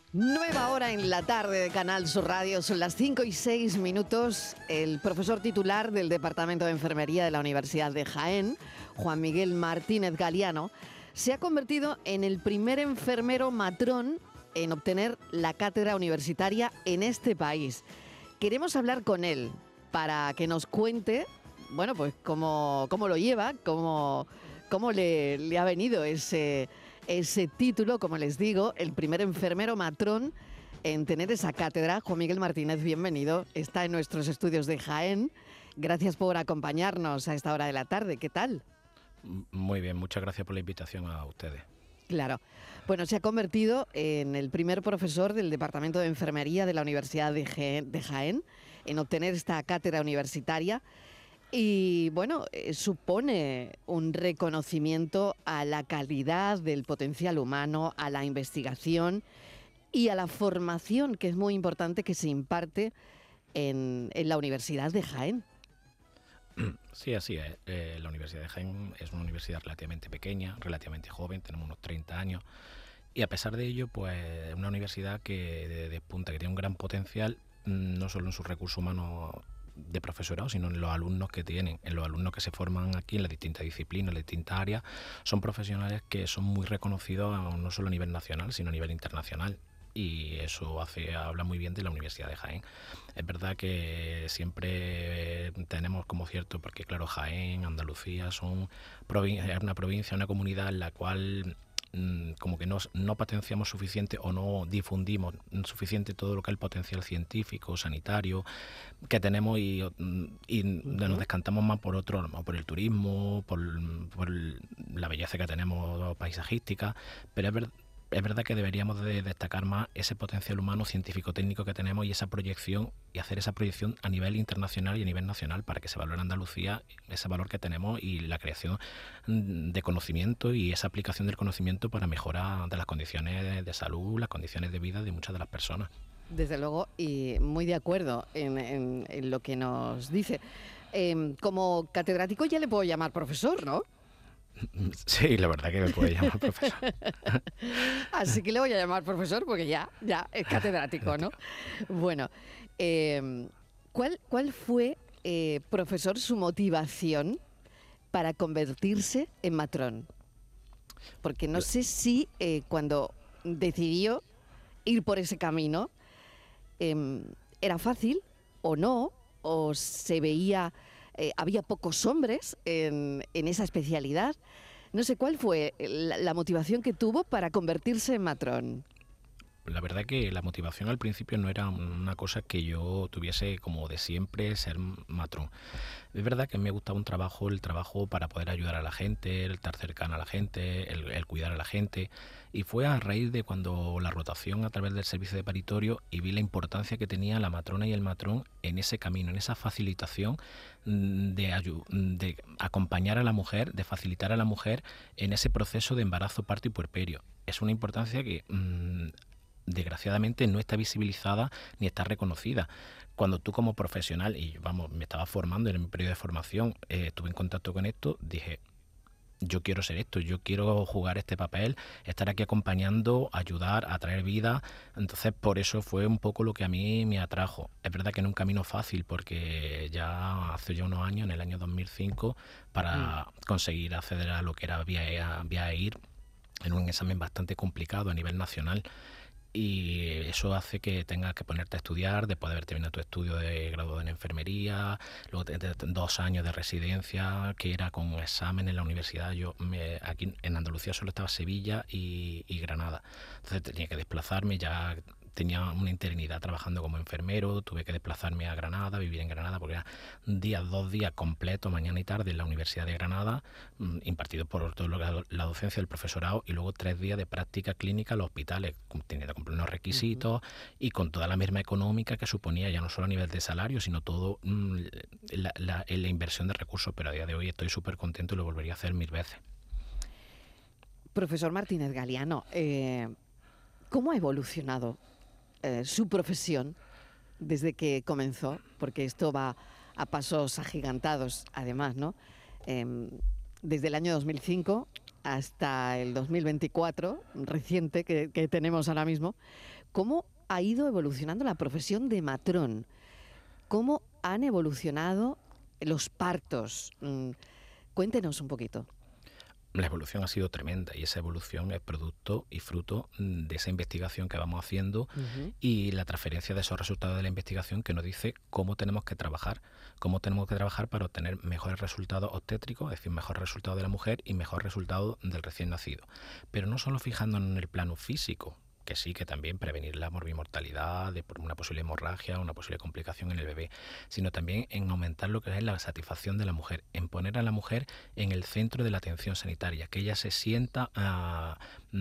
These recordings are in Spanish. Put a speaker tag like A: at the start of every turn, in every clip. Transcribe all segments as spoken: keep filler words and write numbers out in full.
A: Nueva hora en la tarde de Canal Sur Radio, son las cinco y seis minutos. El profesor titular del Departamento de Enfermería de la Universidad de Jaén, Juan Miguel Martínez Galiano, se ha convertido en el primer enfermero matrón en obtener la cátedra universitaria en este país. Queremos hablar con él para que nos cuente, bueno, pues cómo, cómo lo lleva, cómo, cómo le, le ha venido ese... ese título, como les digo, el primer enfermero matrón en tener esa cátedra. Juan Miguel Martínez, bienvenido. Está en nuestros estudios de Jaén. Gracias por acompañarnos a esta hora de la tarde. ¿Qué tal?
B: Muy bien, muchas gracias por la invitación a ustedes.
A: Claro. Bueno, se ha convertido en el primer profesor del Departamento de Enfermería de la Universidad de Jaén, de Jaén en obtener esta cátedra universitaria. Y bueno, eh, supone un reconocimiento a la calidad del potencial humano, a la investigación y a la formación, que es muy importante, que se imparte en, en la Universidad de Jaén.
B: Sí, así es. Eh, la Universidad de Jaén es una universidad relativamente pequeña, relativamente joven, tenemos unos treinta años. Y a pesar de ello, pues es una universidad que despunta, que tiene un gran potencial, no solo en sus recursos humanos de profesorado, sino en los alumnos que tienen, en los alumnos que se forman aquí en las distintas disciplinas, en las distintas áreas. Son profesionales que son muy reconocidos no solo a nivel nacional, sino a nivel internacional. Y eso hace habla muy bien de la Universidad de Jaén. Es verdad que siempre tenemos como cierto, porque claro, Jaén, Andalucía son provincia, es una provincia, una comunidad en la cual como que no, no potenciamos suficiente o no difundimos suficiente todo lo que es el potencial científico, sanitario que tenemos y, y uh-huh. nos descantamos más por otro, por el turismo, por, por la belleza que tenemos paisajística, pero es verdad. Es verdad que deberíamos de destacar más ese potencial humano científico-técnico que tenemos y esa proyección y hacer esa proyección a nivel internacional y a nivel nacional para que se valore en Andalucía ese valor que tenemos y la creación de conocimiento y esa aplicación del conocimiento para mejorar de las condiciones de salud, las condiciones de vida de muchas de las personas.
A: Desde luego, y muy de acuerdo en, en, en lo que nos dice. Eh, como catedrático ya le puedo llamar profesor, ¿no?
B: Sí, la verdad que me puede llamar profesor.
A: Así que le voy a llamar profesor porque ya, ya es catedrático, ¿no? Bueno, eh, ¿cuál, ¿cuál fue, eh, profesor, su motivación para convertirse en matrón? Porque no sé si eh, cuando decidió ir por ese camino eh, era fácil o no, o se veía... Eh, había pocos hombres en, en esa especialidad. No sé cuál fue la, la motivación que tuvo para convertirse en matrón.
B: La verdad que la motivación al principio no era una cosa que yo tuviese como de siempre ser matrón. Es verdad que me gustaba un trabajo, el trabajo para poder ayudar a la gente, el estar cercano a la gente, el, el cuidar a la gente. Y fue a raíz de cuando la rotación a través del servicio de paritorio y vi la importancia que tenía la matrona y el matrón en ese camino, en esa facilitación de, ayu- de acompañar a la mujer, de facilitar a la mujer en ese proceso de embarazo, parto y puerperio. Es una importancia que... Mmm, desgraciadamente no está visibilizada ni está reconocida. Cuando tú como profesional, y vamos, me estaba formando en mi periodo de formación, eh, estuve en contacto con esto, dije, yo quiero ser esto, yo quiero jugar este papel, estar aquí acompañando, ayudar, a traer vida. Entonces por eso fue un poco lo que a mí me atrajo. Es verdad que no es un camino fácil porque ya hace ya unos años, en el año dos mil cinco, para mm. conseguir acceder a lo que era vía, vía E I R, en un examen bastante complicado a nivel nacional. Y eso hace que tengas que ponerte a estudiar, después de haber terminado tu estudio de grado en enfermería, luego de, de, de, dos años de residencia, que era con un examen en la universidad. Yo me, aquí en Andalucía solo estaba Sevilla y, y Granada, entonces tenía que desplazarme, ya tenía una interinidad trabajando como enfermero, tuve que desplazarme a Granada, vivir en Granada, porque eran días, dos días completos, mañana y tarde, en la Universidad de Granada, impartido por toda la docencia del profesorado, y luego tres días de práctica clínica en los hospitales, teniendo que cumplir unos requisitos, uh-huh. y con toda la merma económica que suponía, ya no solo a nivel de salario, sino todo mmm, la, la, la inversión de recursos, pero a día de hoy estoy súper contento y lo volvería a hacer mil veces.
A: Profesor Martínez Galiano, eh, ¿cómo ha evolucionado Eh, su profesión desde que comenzó? Porque esto va a pasos agigantados, además, ¿no? Eh, desde el año dos mil cinco hasta el dos mil veinticuatro, reciente, que, que tenemos ahora mismo. cómo ha ido evolucionando la profesión de matrón, cómo han evolucionado los partos. Mm, Cuéntenos un poquito.
B: La evolución ha sido tremenda y esa evolución es producto y fruto de esa investigación que vamos haciendo uh-huh. y la transferencia de esos resultados de la investigación que nos dice cómo tenemos que trabajar, cómo tenemos que trabajar para obtener mejores resultados obstétricos, es decir, mejor resultado de la mujer y mejor resultado del recién nacido. Pero no solo fijándonos en el plano físico, que sí, que también prevenir la morbimortalidad de por una posible hemorragia, una posible complicación en el bebé, sino también en aumentar lo que es la satisfacción de la mujer, en poner a la mujer en el centro de la atención sanitaria, que ella se sienta uh,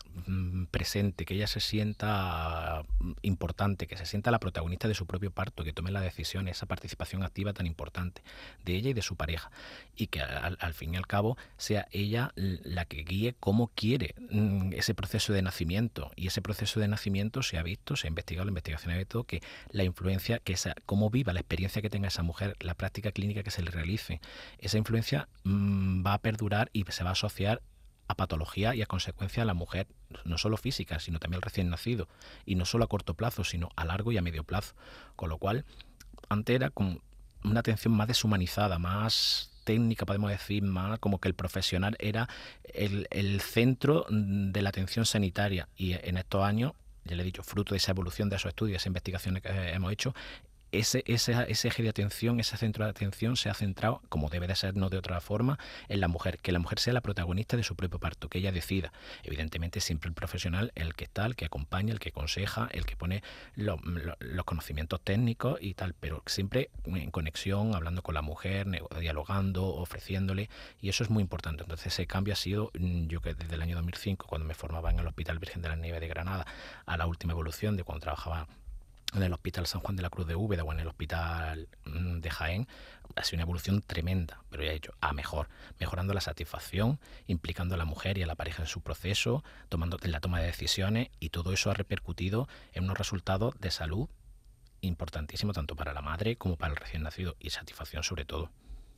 B: mm, presente, que ella se sienta uh, importante, que se sienta la protagonista de su propio parto, que tome la decisión, esa participación activa tan importante de ella y de su pareja, y que al, al fin y al cabo sea ella la que guíe cómo quiere mm, ese proceso de nacimiento. Y ese proceso de nacimiento se ha visto, se ha investigado, la investigación ha visto que la influencia, que esa, cómo viva, la experiencia que tenga esa mujer, la práctica clínica que se le realice, esa influencia mmm, va a perdurar y se va a asociar a patología y a consecuencia a la mujer, no solo física, sino también al recién nacido, y no solo a corto plazo, sino a largo y a medio plazo. Con lo cual, antes era con una atención más deshumanizada, más técnica, podemos decir, más como que el profesional era el, el centro de la atención sanitaria, y en estos años, ya le he dicho, fruto de esa evolución, de esos estudios, de esas investigaciones que hemos hecho, ese, ese, ese eje de atención, ese centro de atención se ha centrado, como debe de ser, no de otra forma, en la mujer, que la mujer sea la protagonista de su propio parto, que ella decida. Evidentemente siempre el profesional, el que está, el que acompaña, el que aconseja, el que pone lo, lo, los conocimientos técnicos y tal, pero siempre en conexión, hablando con la mujer, dialogando, ofreciéndole, y eso es muy importante. Entonces ese cambio ha sido, yo que desde el año dos mil cinco, cuando me formaba en el Hospital Virgen de las Nieves de Granada, a la última evolución de cuando trabajaba en el Hospital San Juan de la Cruz de Úbeda o en el Hospital de Jaén, ha sido una evolución tremenda, pero ya he dicho, a mejor, mejorando la satisfacción, implicando a la mujer y a la pareja en su proceso, tomando en la toma de decisiones, y todo eso ha repercutido en unos resultados de salud importantísimos tanto para la madre como para el recién nacido, y satisfacción sobre todo.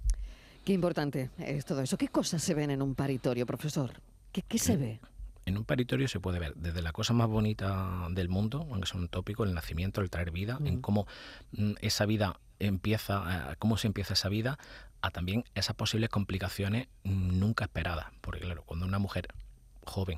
A: Qué importante es todo eso. ¿Qué cosas se ven en un paritorio, profesor? ¿Qué, qué se ve?
B: En un paritorio se puede ver desde la cosa más bonita del mundo, aunque sea un tópico, el nacimiento, el traer vida, mm. en cómo mm, esa vida empieza, eh, cómo se empieza esa vida, a también esas posibles complicaciones mm, nunca esperadas. Porque claro, cuando una mujer joven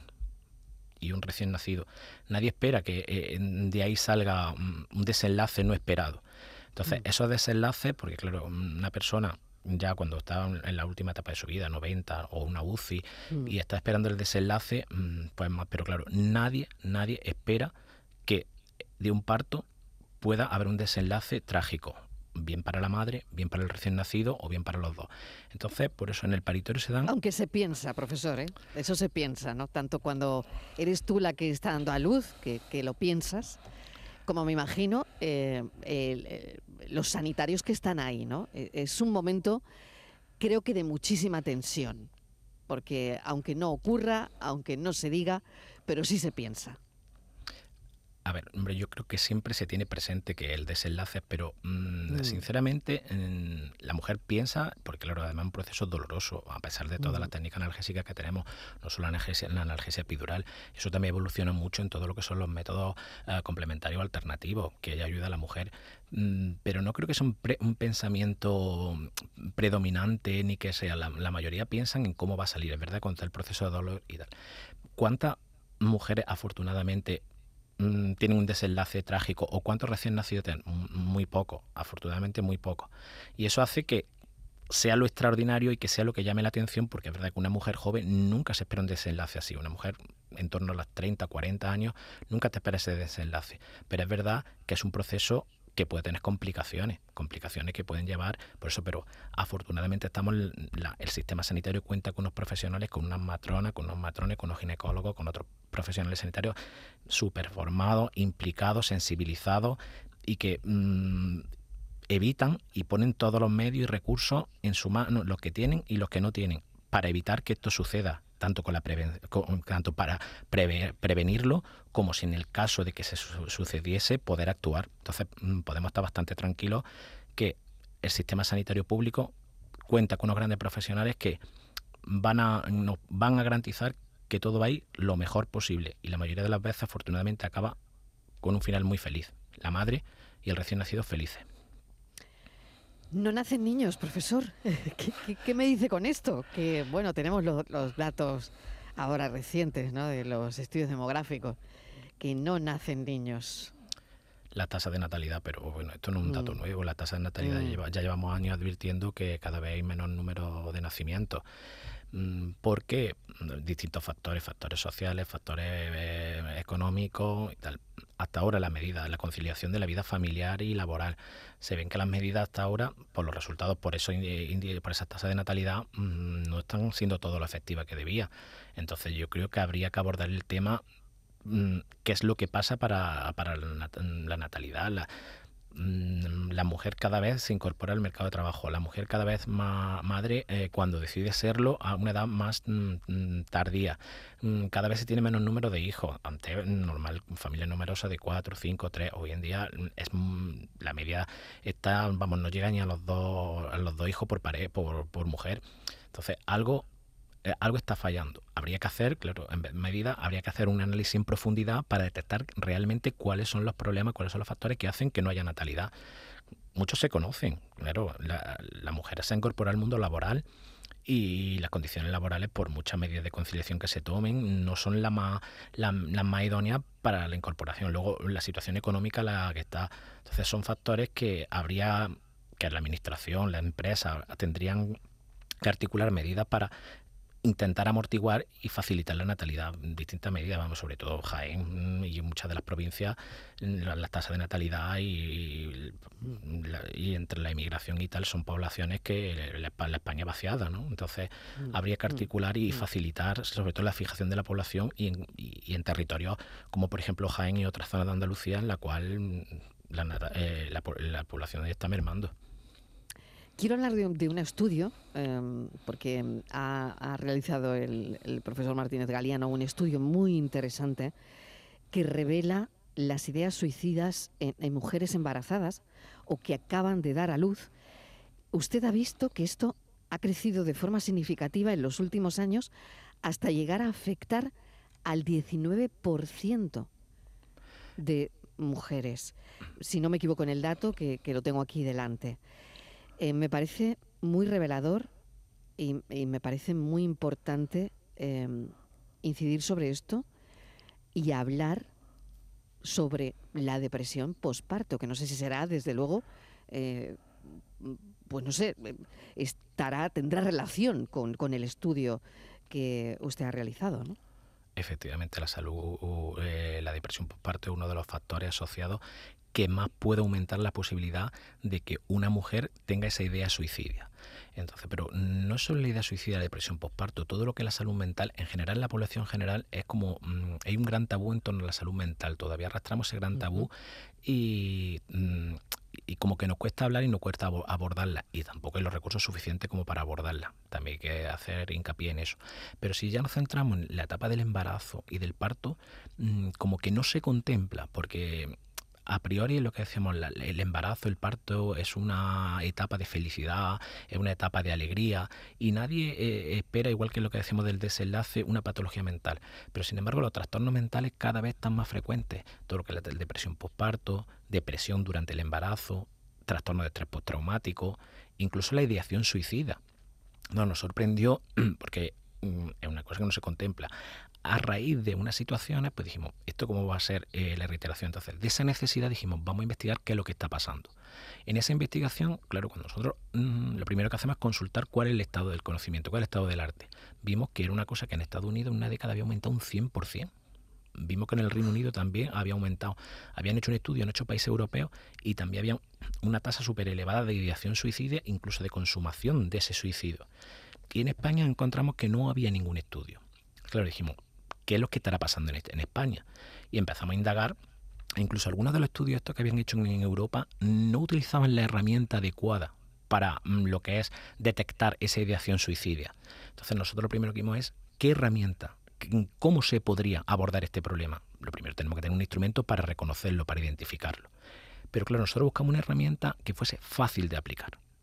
B: y un recién nacido, nadie espera que eh, de ahí salga mm, un desenlace no esperado. Entonces, mm. esos desenlaces, porque claro, una persona ya cuando está en la última etapa de su vida, noventa o una U C I, mm. y está esperando el desenlace, pues más, pero claro, nadie, nadie espera que de un parto pueda haber un desenlace trágico, bien para la madre, bien para el recién nacido o bien para los dos. Entonces, por eso en el paritorio se dan...
A: Aunque se piensa, profesor, ¿eh? Eso se piensa, ¿no? Tanto cuando eres tú la que está dando a luz, que, que lo piensas, como me imagino, eh, el, el, los sanitarios que están ahí, ¿no? Es un momento, creo que de muchísima tensión, porque aunque no ocurra, aunque no se diga, pero sí se piensa.
B: A ver, hombre, yo creo que siempre se tiene presente que el desenlace, pero mmm, mm. sinceramente mmm, la mujer piensa, porque claro, además es un proceso doloroso, a pesar de toda mm. la técnica analgésica que tenemos, no solo la analgesia, la analgesia epidural, eso también evoluciona mucho en todo lo que son los métodos uh, complementarios alternativos, que ayuda a la mujer, mm, pero no creo que sea un, pre, un pensamiento predominante, ni que sea, la, la mayoría piensan en cómo va a salir, es verdad, con el proceso de dolor y tal. ¿Cuántas mujeres afortunadamente tienen un desenlace trágico, o cuántos recién nacidos tienen? Muy poco, afortunadamente muy poco, y eso hace que sea lo extraordinario y que sea lo que llame la atención, porque es verdad que una mujer joven nunca se espera un desenlace así, una mujer en torno a los treinta, cuarenta años nunca te espera ese desenlace, pero es verdad que es un proceso que puede tener complicaciones, complicaciones que pueden llevar, por eso, pero afortunadamente estamos, la, el sistema sanitario cuenta con unos profesionales, con unas matronas, con unos matrones, con unos ginecólogos, con otros profesionales sanitarios súper formados, implicados, sensibilizados, y que mmm, evitan y ponen todos los medios y recursos en su mano, los que tienen y los que no tienen, para evitar que esto suceda, tanto, con la preven- con, tanto para preve- prevenirlo, como si en el caso de que se su- sucediese, poder actuar. Entonces mmm, podemos estar bastante tranquilos que el sistema sanitario público cuenta con unos grandes profesionales que van a, nos van a garantizar que todo va a ir lo mejor posible, y la mayoría de las veces afortunadamente acaba con un final muy feliz. La madre y el recién nacido felices.
A: No nacen niños, profesor. ¿Qué, qué, qué me dice con esto? Que, bueno, tenemos los, los datos ahora recientes, ¿no?, de los estudios demográficos, que no nacen niños.
B: La tasa de natalidad, pero bueno, esto no es un dato
A: Mm.
B: nuevo. La tasa de natalidad
A: Mm.
B: ya, lleva, ya llevamos años advirtiendo que cada vez hay menos número de nacimientos. ¿Por qué? Distintos factores, factores sociales, factores eh, económicos y tal. Hasta ahora la medida, la conciliación de la vida familiar y laboral. Se ven que las medidas hasta ahora, por los resultados, por eso por esa tasa de natalidad, mmm, no están siendo todo lo efectiva que debía. Entonces yo creo que habría que abordar el tema, mmm, qué es lo que pasa para, para la, la natalidad. La, La mujer cada vez se incorpora al mercado de trabajo, la mujer cada vez más madre eh, cuando decide serlo a una edad más mm, tardía, mm, cada vez se tiene menos número de hijos, antes normal, familia numerosa de cuatro, cinco, tres, hoy en día es mm, la media está, vamos, no llega ni a los dos, a los dos hijos por pareja, por, por mujer, entonces algo Eh, algo está fallando. Habría que hacer, claro, en medida, habría que hacer un análisis en profundidad para detectar realmente cuáles son los problemas, cuáles son los factores que hacen que no haya natalidad. Muchos se conocen, claro, la, la mujer se ha incorporado al mundo laboral y las condiciones laborales, por muchas medidas de conciliación que se tomen, no son las más, la, la más idóneas para la incorporación. Luego, la situación económica la que está. Entonces, son factores que habría, que la administración, la empresa, tendrían que articular medidas para intentar amortiguar y facilitar la natalidad en distintas medidas, vamos, sobre todo Jaén y muchas de las provincias, las la tasas de natalidad y, la, y entre la inmigración y tal son poblaciones que la, la España vaciada, ¿no? Entonces mm, habría que articular y mm. facilitar sobre todo la fijación de la población y en, y, y en territorios como por ejemplo Jaén y otras zonas de Andalucía en la cual la, eh, la, la población está mermando.
A: Quiero hablar de un, de un estudio, eh, porque ha, ha realizado el, el profesor Martínez Galiano un estudio muy interesante que revela las ideas suicidas en, en mujeres embarazadas o que acaban de dar a luz. Usted ha visto que esto ha crecido de forma significativa en los últimos años hasta llegar a afectar al diecinueve por ciento de mujeres. Si no me equivoco en el dato, que, que lo tengo aquí delante. Eh, me parece muy revelador y, y me parece muy importante eh, incidir sobre esto y hablar sobre la depresión posparto, que no sé si será, desde luego, eh, pues no sé, estará, tendrá relación con, con el estudio que usted ha realizado, ¿no?
B: Efectivamente, la salud, eh, la depresión posparto es uno de los factores asociados que más puede aumentar la posibilidad de que una mujer tenga esa idea suicida. Entonces, pero no solo la idea suicida, la depresión posparto, todo lo que es la salud mental, en general, la población general, es como, mmm, hay un gran tabú en torno a la salud mental, todavía arrastramos ese gran tabú y, mmm, y como que nos cuesta hablar y nos cuesta abordarla, y tampoco hay los recursos suficientes como para abordarla, también hay que hacer hincapié en eso. Pero si ya nos centramos en la etapa del embarazo y del parto, mmm, como que no se contempla, porque a priori lo que decíamos, el embarazo, el parto es una etapa de felicidad, es una etapa de alegría y nadie eh, espera, igual que lo que decíamos del desenlace, una patología mental. Pero sin embargo los trastornos mentales cada vez están más frecuentes, todo lo que es la depresión posparto, depresión durante el embarazo, trastorno de estrés postraumático, incluso la ideación suicida. No, nos sorprendió porque mm, es una cosa que no se contempla. A raíz de unas situaciones, pues dijimos, ¿esto cómo va a ser eh, la reiteración? Entonces, de esa necesidad dijimos, vamos a investigar qué es lo que está pasando. En esa investigación, claro, cuando nosotros mmm, lo primero que hacemos es consultar cuál es el estado del conocimiento, cuál es el estado del arte. Vimos que era una cosa que en Estados Unidos en una década había aumentado un cien por ciento. Vimos que en el Reino Unido también había aumentado. Habían hecho un estudio en ocho países europeos y también había una tasa súper elevada de ideación suicida, incluso de consumación de ese suicidio. Y en España encontramos que no había ningún estudio. Claro, dijimos, ¿qué es lo que estará pasando en, este, en España? Y empezamos a indagar. Incluso algunos de los estudios estos que habían hecho en Europa no utilizaban la herramienta adecuada para mm, lo que es detectar esa ideación suicidia. Entonces nosotros lo primero que vimos es qué herramienta, cómo se podría abordar este problema. Lo primero, tenemos que tener un instrumento para reconocerlo, para identificarlo. Pero claro, nosotros buscamos una herramienta que fuese fácil de aplicar.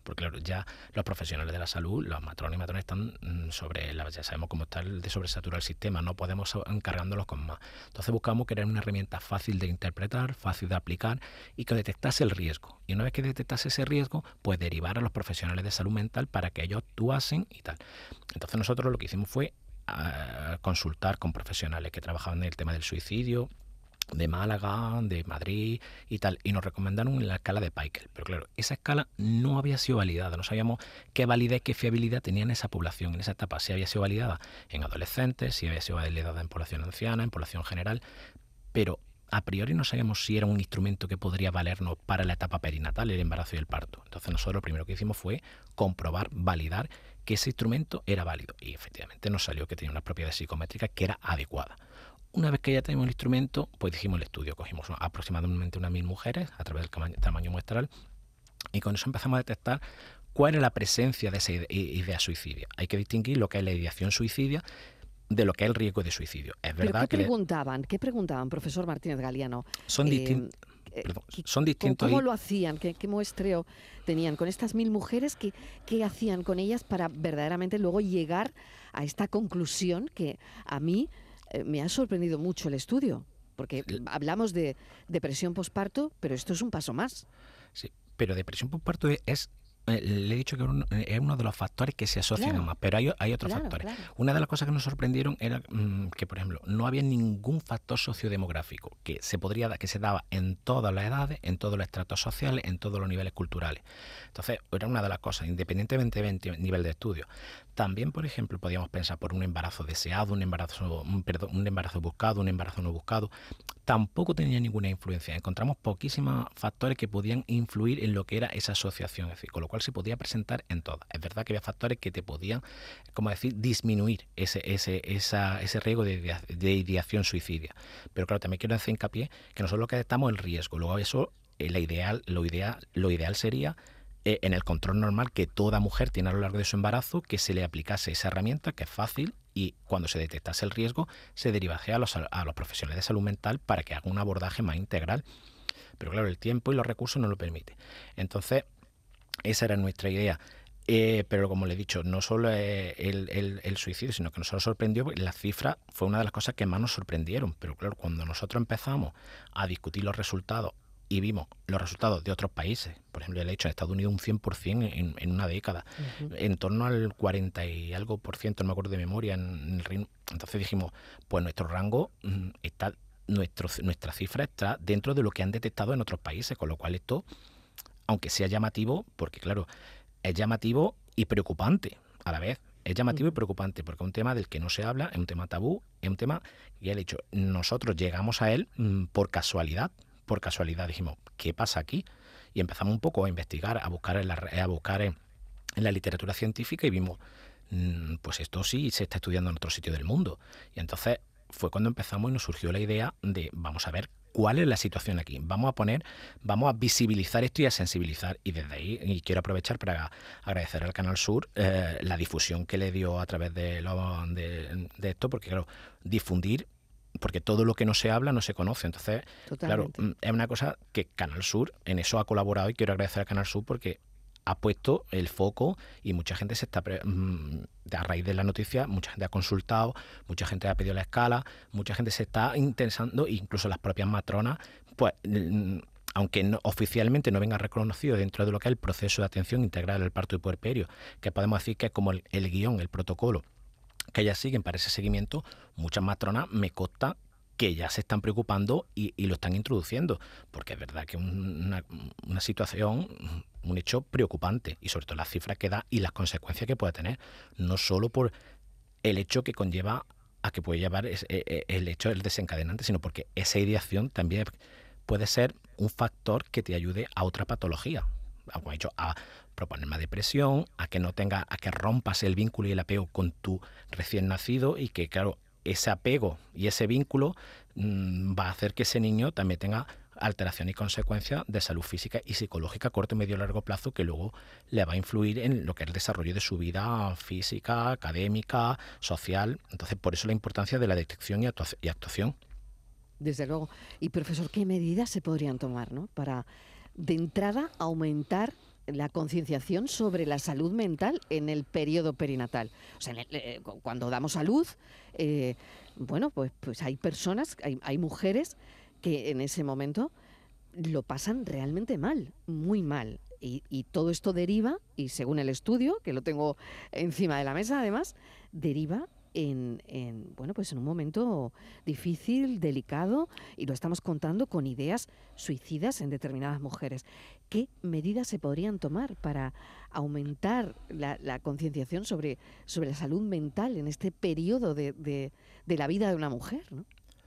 B: Porque claro, ya los profesionales de la salud, los matrones y matrones están sobre, la, ya sabemos cómo está el de sobresaturar el sistema, no podemos encargándolos con más. Entonces buscamos crear una herramienta fácil de interpretar, fácil de aplicar y que detectase el riesgo. Y una vez que detectase ese riesgo, pues derivar a los profesionales de salud mental para que ellos actuasen y tal. Entonces nosotros lo que hicimos fue uh, consultar con profesionales que trabajaban en el tema del suicidio, de Málaga, de Madrid y tal, y nos recomendaron la escala de Peikel. Pero claro, esa escala no había sido validada, no sabíamos qué validez, qué fiabilidad tenía en esa población, en esa etapa, si había sido validada en adolescentes, si había sido validada en población anciana, en población general, pero a priori no sabíamos si era un instrumento que podría valernos para la etapa perinatal, el embarazo y el parto. Entonces nosotros lo primero que hicimos fue comprobar, validar que ese instrumento era válido, y efectivamente nos salió que tenía unas propiedades psicométricas que era adecuada. Una vez que ya tenemos el instrumento, pues dijimos el estudio, cogimos aproximadamente unas mil mujeres a través del tamaño muestral y con eso empezamos a detectar cuál era la presencia de esa idea suicidia. Hay que distinguir lo que es la ideación suicidia de lo que es el riesgo de suicidio. Es verdad
A: ¿Pero qué
B: que
A: preguntaban? Le... ¿Qué preguntaban, profesor Martínez Galiano?
B: Son, eh, distin... eh, Perdón, son distintos.
A: ¿Cómo, cómo lo hacían? ¿Qué, qué muestreo tenían con estas mil mujeres? ¿Qué, ¿Qué hacían con ellas para verdaderamente luego llegar a esta conclusión que a mí me ha sorprendido mucho el estudio? Porque hablamos de depresión posparto, pero esto es un paso más.
B: Sí, pero depresión posparto es... Le he dicho que es uno de los factores que se asocian
A: claro,
B: más, pero hay, hay otros
A: claro,
B: factores.
A: Claro.
B: Una de las cosas que nos sorprendieron era mmm, que, por ejemplo, no había ningún factor sociodemográfico que se podría que se daba en todas las edades, en todos los estratos sociales, en todos los niveles culturales. Entonces, era una de las cosas, independientemente del nivel de estudio. También, por ejemplo, podíamos pensar por un embarazo deseado, un embarazo, un, perdón, un embarazo buscado, un embarazo no buscado. Tampoco tenía ninguna influencia. Encontramos poquísimos factores que podían influir en lo que era esa asociación, es decir, con lo cual se podía presentar en todas. Es verdad que había factores que te podían, como decir, disminuir ese, ese, esa, ese riesgo de, de ideación suicidia. Pero claro, también quiero hacer hincapié que nosotros lo que detectamos es el riesgo. Luego eso, eh, la ideal, lo, ideal, lo ideal sería eh, en el control normal que toda mujer tiene a lo largo de su embarazo, que se le aplicase esa herramienta, que es fácil, y cuando se detectase el riesgo, se derivase a los, a los profesionales de salud mental para que hagan un abordaje más integral. Pero claro, el tiempo y los recursos no lo permiten. Entonces, esa era nuestra idea. Eh, pero como le he dicho, no solo eh, el, el, el suicidio, sino que nos sorprendió, la cifra fue una de las cosas que más nos sorprendieron. Pero claro, cuando nosotros empezamos a discutir los resultados y vimos los resultados de otros países, por ejemplo, el hecho de Estados Unidos un cien por ciento en, en una década, uh-huh. en torno al cuarenta y algo por ciento, no me acuerdo de memoria, en el Reino. Entonces dijimos, pues nuestro rango está, nuestro, nuestra cifra está dentro de lo que han detectado en otros países, con lo cual esto, aunque sea llamativo, porque claro, es llamativo y preocupante a la vez. Es llamativo uh-huh. y preocupante, porque es un tema del que no se habla, es un tema tabú, es un tema, ya le he dicho, nosotros llegamos a él mmm, por casualidad, por casualidad dijimos, ¿qué pasa aquí? Y empezamos un poco a investigar, a buscar en la, a buscar en, en la literatura científica y vimos, mmm, pues esto sí se está estudiando en otro sitio del mundo. Y entonces fue cuando empezamos y nos surgió la idea de, vamos a ver, ¿cuál es la situación aquí? Vamos a poner, vamos a visibilizar esto y a sensibilizar. Y desde ahí, y quiero aprovechar para agradecer al Canal Sur eh, la difusión que le dio a través de, lo, de, de esto, porque claro, difundir, porque todo lo que no se habla no se conoce. Entonces, Totalmente. claro, es una cosa que Canal Sur en eso ha colaborado y quiero agradecer al Canal Sur porque ha puesto el foco y mucha gente se está, a raíz de la noticia, mucha gente ha consultado, mucha gente ha pedido la escala, mucha gente se está interesando, incluso las propias matronas, pues aunque no, oficialmente no venga reconocido dentro de lo que es el proceso de atención integral al parto y puerperio, que podemos decir que es como el, el guión, el protocolo que ellas siguen para ese seguimiento, muchas matronas me consta que ya se están preocupando y, y lo están introduciendo, porque es verdad que es una, una situación, un hecho preocupante, y sobre todo las cifras que da y las consecuencias que puede tener, no solo por el hecho que conlleva a que puede llevar es, es, el hecho del desencadenante, sino porque esa ideación también puede ser un factor que te ayude a otra patología, como he dicho, a proponer más depresión, a que no tenga, a que rompas el vínculo y el apego con tu recién nacido y que, claro, ese apego y ese vínculo mmm, va a hacer que ese niño también tenga alteración y consecuencias de salud física y psicológica a corto, medio y largo plazo que luego le va a influir en lo que es el desarrollo de su vida física, académica, social. Entonces, por eso la importancia de la detección y, actua- y actuación.
A: Desde luego. Y, profesor, ¿qué medidas se podrían tomar, ¿no? para, de entrada, aumentar la concienciación sobre la salud mental en el periodo perinatal. O sea, en el, eh, cuando damos a luz, eh, bueno, pues, pues hay personas, hay, hay mujeres que en ese momento lo pasan realmente mal, muy mal. Y, y todo esto deriva, y según el estudio, que lo tengo encima de la mesa además, deriva en, en, bueno, pues en un momento difícil, delicado, y lo estamos contando con ideas suicidas en determinadas mujeres. ¿Qué medidas se podrían tomar para aumentar la, la concienciación sobre, sobre la salud mental en este periodo de, de, de la vida de una mujer, ¿no?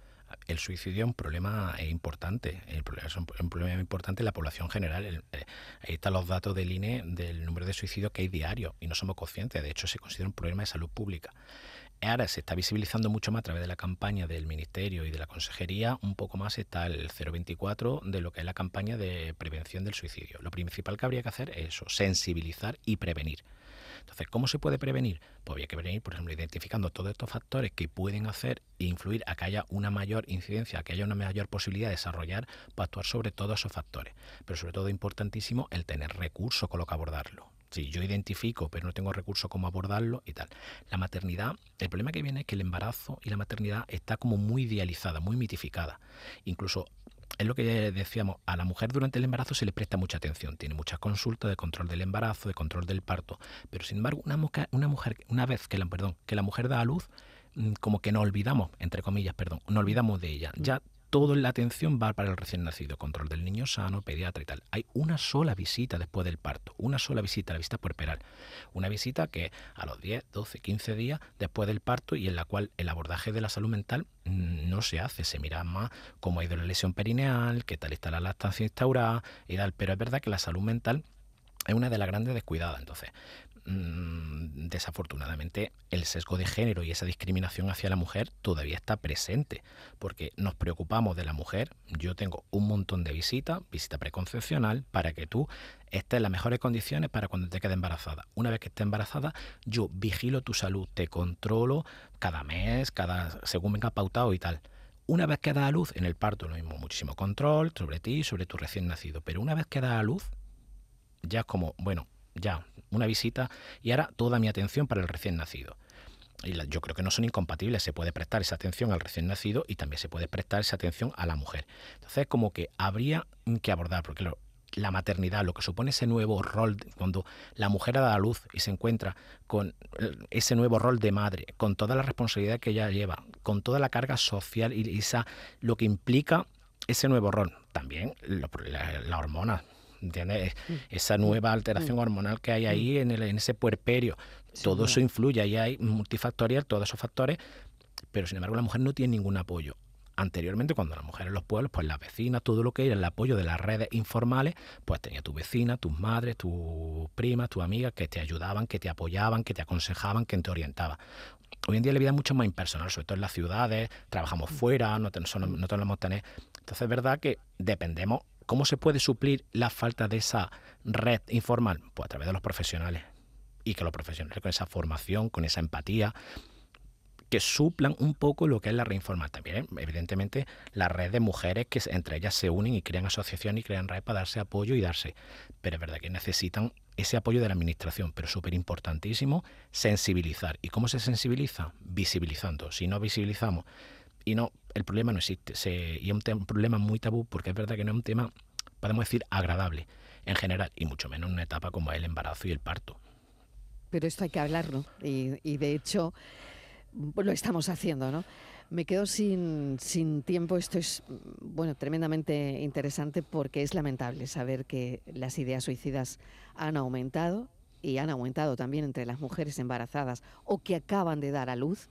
B: El suicidio es un problema importante, el problema es un, un problema importante en la población general. El, eh, ahí están los datos del I N E del número de suicidios que hay diario y no somos conscientes. De hecho, se considera un problema de salud pública. Ahora se está visibilizando mucho más a través de la campaña del Ministerio y de la Consejería. Un poco más está el cero veinticuatro de lo que es la campaña de prevención del suicidio. Lo principal que habría que hacer es eso, sensibilizar y prevenir. Entonces, ¿cómo se puede prevenir? Pues habría que prevenir, por ejemplo, identificando todos estos factores que pueden hacer e influir a que haya una mayor incidencia, a que haya una mayor posibilidad de desarrollar para actuar sobre todos esos factores. Pero sobre todo importantísimo el tener recursos con lo que abordarlo. Si yo identifico, pero no tengo recursos cómo abordarlo y tal. La maternidad, el problema que viene es que el embarazo y la maternidad está como muy idealizada, muy mitificada. Incluso es lo que decíamos, a la mujer durante el embarazo se le presta mucha atención, tiene muchas consultas de control del embarazo, de control del parto, pero sin embargo una mujer, una, mujer, una vez que la, perdón, que la mujer da a luz, como que nos olvidamos, entre comillas, perdón, nos olvidamos de ella, ya toda la atención va para el recién nacido, control del niño sano, pediatra y tal. Hay una sola visita después del parto, una sola visita, la visita puerperal. Una visita que a los diez, doce, quince días después del parto y en la cual el abordaje de la salud mental no se hace, se mira más cómo ha ido la lesión perineal, qué tal está la lactancia instaurada y tal. Pero es verdad que la salud mental es una de las grandes descuidadas. Entonces, mmm, desafortunadamente, el sesgo de género y esa discriminación hacia la mujer todavía está presente, porque nos preocupamos de la mujer. Yo tengo un montón de visitas, visita preconcepcional, para que tú estés en las mejores condiciones para cuando te quedes embarazada. Una vez que estés embarazada, yo vigilo tu salud, te controlo cada mes, cada según venga pautado y tal. Una vez que das a luz, en el parto lo mismo, muchísimo control sobre ti, sobre tu recién nacido, pero una vez que das a luz, ya es como, bueno, ya, una visita y ahora toda mi atención para el recién nacido. Y la, yo creo que no son incompatibles, se puede prestar esa atención al recién nacido y también se puede prestar esa atención a la mujer. Entonces, como que habría que abordar, porque lo, la maternidad, lo que supone ese nuevo rol, cuando la mujer da a luz y se encuentra con ese nuevo rol de madre, con toda la responsabilidad que ella lleva, con toda la carga social y esa, lo que implica ese nuevo rol. También lo, la, la hormona, ¿entiendes? Esa nueva alteración hormonal que hay ahí en, el, en ese puerperio, todo eso influye, ahí hay multifactorial, todos esos factores, pero sin embargo la mujer no tiene ningún apoyo. Anteriormente, cuando la mujer en los pueblos, pues las vecinas, todo lo que era el apoyo de las redes informales, pues tenía tu vecina, tus madres, tus primas, tus amigas que te ayudaban, que te apoyaban, que te aconsejaban, que te orientaban. Hoy en día la vida es mucho más impersonal, sobre todo en las ciudades, trabajamos fuera, no, ten, no, no tenemos tener. Entonces es verdad que dependemos. ¿Cómo se puede suplir la falta de esa red informal? Pues a través de los profesionales. Y que los profesionales con esa formación, con esa empatía, que suplan un poco lo que es la red informal. También, evidentemente, la red de mujeres que entre ellas se unen y crean asociaciones y crean redes para darse apoyo y darse. Pero es verdad que necesitan ese apoyo de la administración, pero súper importantísimo, sensibilizar. ¿Y cómo se sensibiliza? Visibilizando. Si no visibilizamos, y no, el problema no existe. Se, y es un, tema, un problema muy tabú, porque es verdad que no es un tema, podemos decir, agradable en general, y mucho menos en una etapa como el embarazo y el parto.
A: Pero esto hay que hablarlo, y, y de hecho lo estamos haciendo, ¿no? Me quedo sin, sin tiempo. Esto es, bueno, tremendamente interesante, porque es lamentable saber que las ideas suicidas han aumentado, y han aumentado también entre las mujeres embarazadas o que acaban de dar a luz.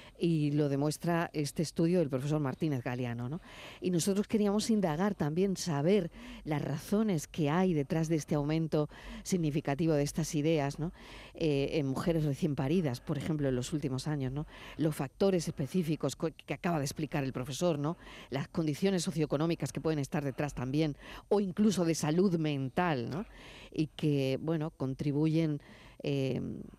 A: Y lo demuestra este estudio del profesor Martínez Galiano, ¿no? Y nosotros queríamos indagar también, saber las razones que hay detrás de este aumento significativo de estas ideas, ¿no? Eh, en mujeres recién paridas, por ejemplo, en los últimos años, ¿no? Los factores específicos que acaba de explicar el profesor, ¿no? Las condiciones socioeconómicas que pueden estar detrás también, o incluso de salud mental, ¿no? Y que, bueno, contribuyen Eh,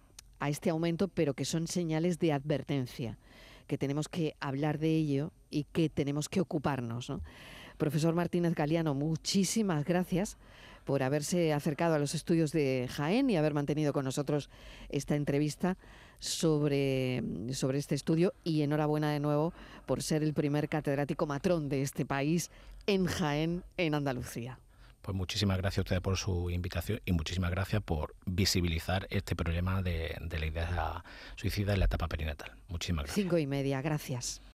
A: a este aumento, pero que son señales de advertencia, que tenemos que hablar de ello y que tenemos que ocuparnos, ¿no? Profesor Martínez Galiano, muchísimas gracias por haberse acercado a los estudios de Jaén y haber mantenido con nosotros esta entrevista sobre, sobre este estudio, y enhorabuena de nuevo por ser el primer catedrático matrón de este país en Jaén, en Andalucía.
B: Pues muchísimas gracias a ustedes por su invitación y muchísimas gracias por visibilizar este problema de, de la idea suicida en la etapa perinatal. Muchísimas gracias.
A: Cinco y media, gracias.